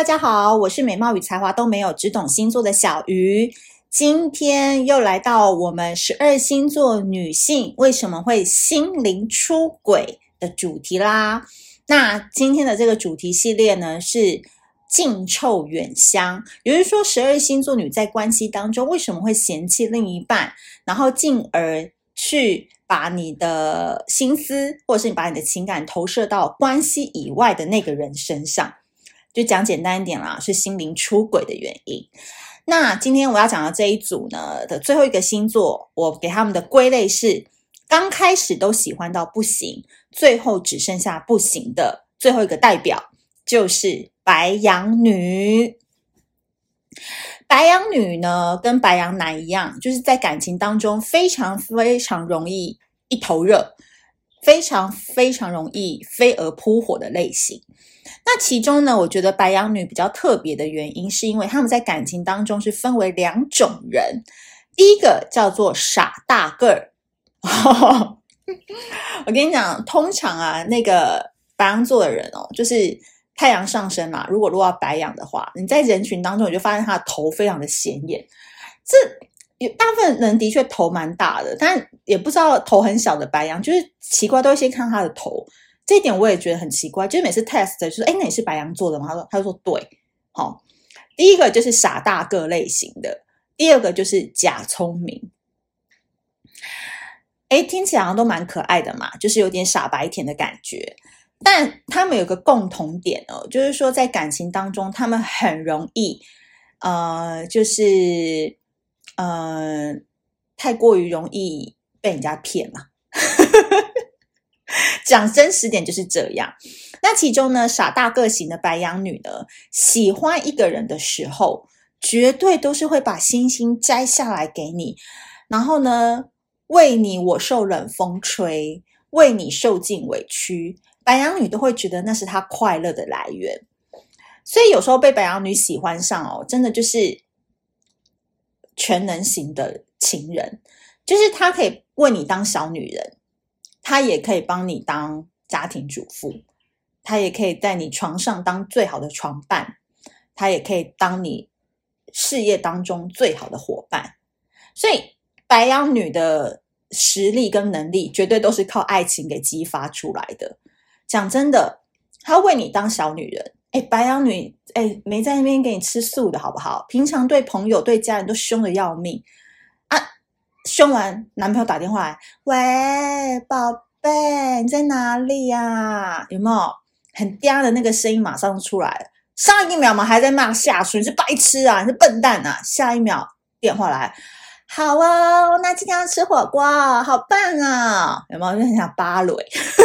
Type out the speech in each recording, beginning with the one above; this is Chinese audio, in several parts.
大家好，我是美貌与才华都没有，只懂星座的小鱼。今天又来到我们12星座女性为什么会心灵出轨的主题啦。那今天的这个主题系列呢是近臭远香，也就是说12星座女在关系当中为什么会嫌弃另一半，然后进而去把你的心思或者是你把你的情感投射到关系以外的那个人身上，就讲简单一点啦，是心灵出轨的原因。那今天我要讲的这一组呢的最后一个星座，我给他们的归类是刚开始都喜欢到不行，最后只剩下不行的最后一个代表就是白羊女。白羊女呢跟白羊男一样，就是在感情当中非常非常容易一头热，非常非常容易飞蛾扑火的类型。那其中呢，我觉得白羊女比较特别的原因是因为他们在感情当中是分为两种人。第一个叫做傻大个儿我跟你讲，通常啊那个白羊座的人哦，就是太阳上升嘛，如果落到白羊的话，你在人群当中你就发现他的头非常的显眼。这大部分人的确头蛮大的，但也不知道头很小的白羊就是奇怪，都会先看他的头。这一点我也觉得很奇怪，就是每次 test 就说那你是白羊座的吗？他就说对。好，第一个就是傻大个类型的，第二个就是假聪明。听起来好像都蛮可爱的嘛，就是有点傻白甜的感觉。但他们有个共同点哦，就是说在感情当中他们很容易太过于容易被人家骗了讲真实点就是这样。那其中呢，傻大个型的白羊女呢，喜欢一个人的时候绝对都是会把星星摘下来给你，然后呢为你我受冷风吹，为你受尽委屈，白羊女都会觉得那是她快乐的来源。所以有时候被白羊女喜欢上哦，真的就是全能型的情人，就是她可以为你当小女人，她也可以帮你当家庭主妇，她也可以在你床上当最好的床伴，她也可以当你事业当中最好的伙伴。所以白羊女的实力跟能力绝对都是靠爱情给激发出来的。讲真的，她为你当小女人，白羊女没在那边给你吃素的好不好？平常对朋友对家人都凶得要命啊，凶完男朋友打电话来，喂宝贝你在哪里啊？有没有很嗲的那个声音马上出来了？上一秒嘛还在骂下属，你是白痴啊，你是笨蛋啊，下一秒电话来，好哦，那今天要吃火锅，好棒啊，有没有？就很想芭蕾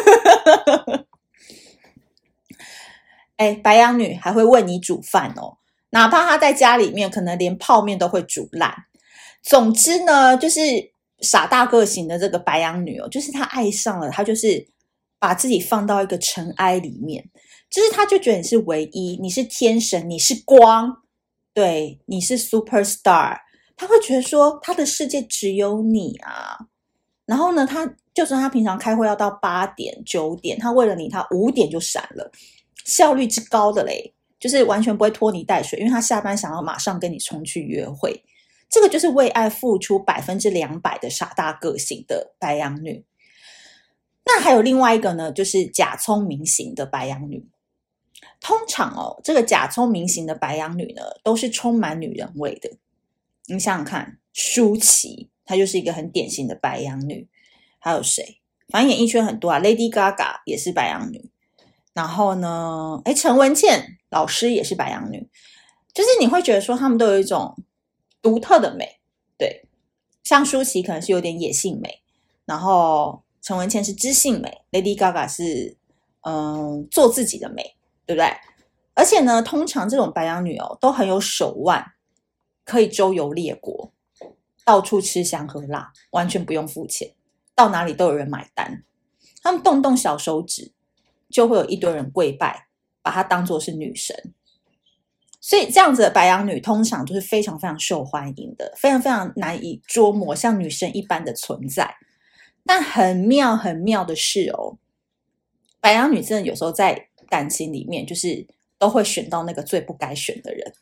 白羊女还会为你煮饭哦，哪怕她在家里面可能连泡面都会煮烂。总之呢，就是傻大个型的这个白羊女哦，就是她爱上了，她就是把自己放到一个尘埃里面，就是她就觉得你是唯一，你是天神，你是光，对，你是 superstar， 她会觉得说她的世界只有你啊。然后呢，就算她平常开会要到8点9点，她为了你她5点就闪了，效率之高的嘞，就是完全不会拖泥带水，因为她下班想要马上跟你冲去约会。这个就是为爱付出200%的傻大个性的白羊女。那还有另外一个呢，就是假聪明型的白羊女。通常哦，这个假聪明型的白羊女呢，都是充满女人味的。你想想看，舒淇她就是一个很典型的白羊女。还有谁？反正演艺圈很多啊 ，Lady Gaga 也是白羊女。然后呢，陈文茜老师也是白羊女。就是你会觉得说他们都有一种独特的美，对，像舒淇可能是有点野性美，然后陈文茜是知性美， Lady Gaga 是做自己的美，对不对？而且呢，通常这种白羊女哦都很有手腕，可以周游列国，到处吃香喝辣，完全不用付钱，到哪里都有人买单。他们动动小手指就会有一堆人跪拜，把她当作是女神。所以这样子的白羊女通常都是非常非常受欢迎的，非常非常难以捉摸，像女神一般的存在。但很妙很妙的是哦，白羊女真的有时候在感情里面就是都会选到那个最不该选的人。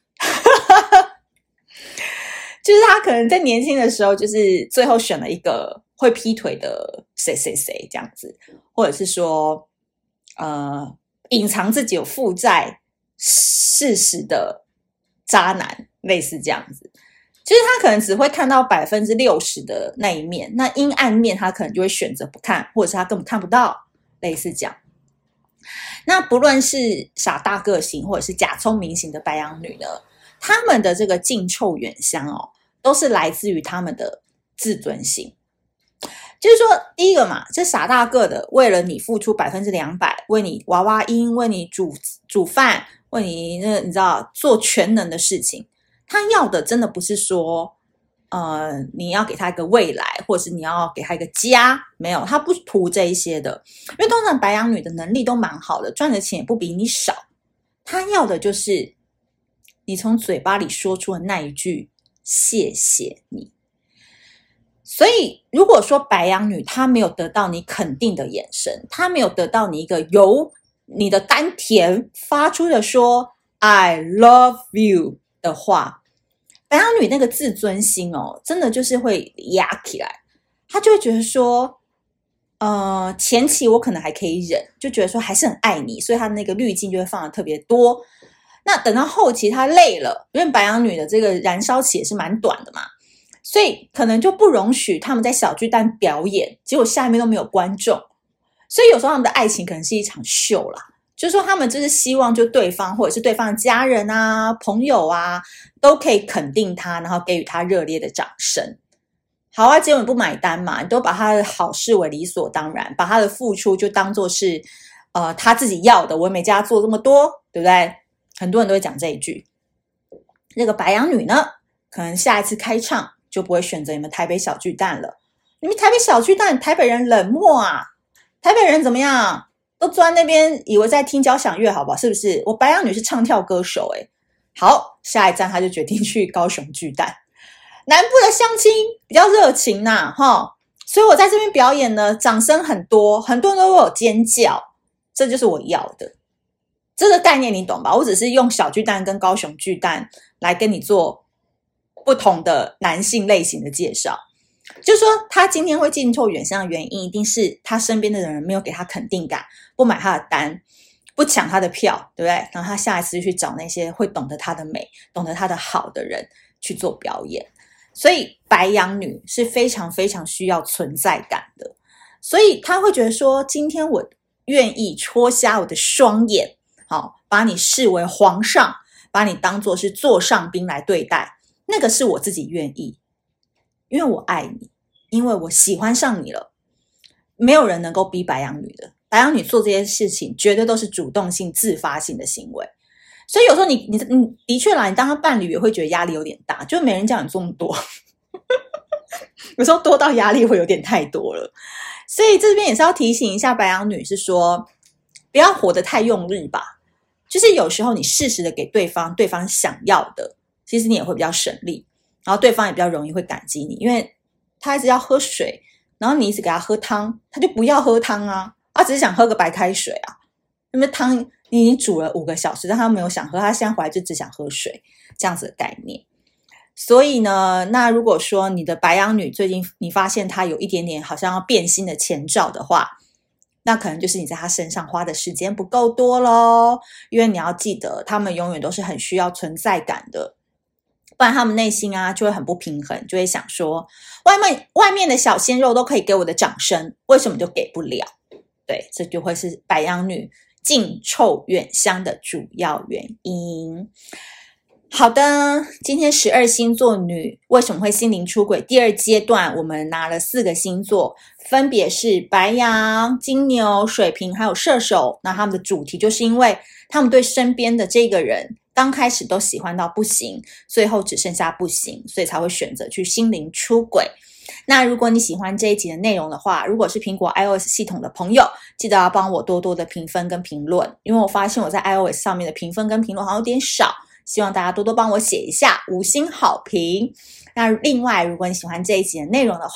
就是他可能在年轻的时候，就是最后选了一个会劈腿的谁谁谁这样子，或者是说隐藏自己有负债事实的渣男，类似这样子。就是他可能只会看到60%的那一面，那阴暗面他可能就会选择不看，或者是他根本看不到，类似这样。那不论是傻大个型或者是假聪明型的白羊女呢，他们的这个近臭远香哦，都是来自于他们的自尊心。就是说，第一个嘛，这傻大个的为了你付出200%，为你娃娃音，为你煮饭，为你你知道做全能的事情。他要的真的不是说你要给他一个未来，或者是你要给他一个家，没有，他不图这一些的。因为通常白羊女的能力都蛮好的，赚的钱也不比你少，他要的就是你从嘴巴里说出的那一句谢谢你。所以如果说白羊女她没有得到你肯定的眼神，她没有得到你一个由你的丹田发出的说 I love you 的话，白羊女那个自尊心哦，真的就是会压起来。她就会觉得说前期我可能还可以忍，就觉得说还是很爱你，所以她那个滤镜就会放的特别多。那等到后期她累了，因为白羊女的这个燃烧期也是蛮短的嘛，所以可能就不容许他们在小巨蛋表演，结果下面都没有观众。所以有时候他们的爱情可能是一场秀啦，就是说他们就是希望就对方或者是对方的家人啊朋友啊都可以肯定他，然后给予他热烈的掌声。好啊，结果你不买单嘛，你都把他的好视为理所当然，把他的付出就当作是他自己要的，我也没叫他做这么多，对不对？很多人都会讲这一句。那个白羊女呢，可能下一次开唱就不会选择你们台北小巨蛋了。你们台北小巨蛋，台北人冷漠啊，台北人怎么样？都坐在那边以为在听交响乐，好不好？是不是？我白羊女是唱跳歌手诶。好，下一站他就决定去高雄巨蛋。南部的乡亲比较热情呐，所以我在这边表演呢，掌声很多，很多人都有尖叫，这就是我要的。这个概念你懂吧？我只是用小巨蛋跟高雄巨蛋来跟你做不同的男性类型的介绍。就是说他今天会近臭远香的原因，一定是他身边的人没有给他肯定感，不买他的单，不抢他的票，对不对？然后他下一次去找那些会懂得他的美，懂得他的好的人去做表演。所以白羊女是非常非常需要存在感的，所以他会觉得说，今天我愿意戳瞎我的双眼，好，把你视为皇上，把你当作是座上宾来对待，那个是我自己愿意，因为我爱你，因为我喜欢上你了。没有人能够逼白羊女的，白羊女做这些事情绝对都是主动性自发性的行为。所以有时候你的确啦，你当他伴侣也会觉得压力有点大，就没人叫你这么多有时候多到压力会有点太多了。所以这边也是要提醒一下白羊女，是说不要活得太用力吧，就是有时候你适时的给对方想要的，其实你也会比较省力，然后对方也比较容易会感激你，因为他一直要喝水，然后你一直给他喝汤，他就不要喝汤啊，他只是想喝个白开水啊。因为汤你已经煮了5个小时，但他没有想喝，他现在回来就只想喝水，这样子的概念。所以呢，那如果说你的白羊女最近你发现她有一点点好像要变心的前兆的话，那可能就是你在她身上花的时间不够多咯。因为你要记得，他们永远都是很需要存在感的，不然他们内心啊就会很不平衡，就会想说外面的小鲜肉都可以给我的掌声，为什么就给不了？对，这就会是白羊女近臭远香的主要原因。好的，今天12星座女为什么会心灵出轨第2阶段，我们拿了4个星座，分别是白羊、金牛、水瓶还有射手。那他们的主题就是因为他们对身边的这个人刚开始都喜欢到不行，最后只剩下不行，所以才会选择去心灵出轨。那如果你喜欢这一集的内容的话，如果是苹果 iOS 系统的朋友，记得要帮我多多的评分跟评论，因为我发现我在 iOS 上面的评分跟评论好像有点少，希望大家多多帮我写一下5星好评。那另外如果你喜欢这一集的内容的话，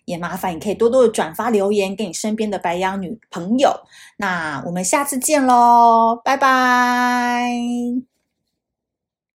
也麻烦你可以多多的转发留言给你身边的白羊女朋友。那我们下次见咯，拜拜。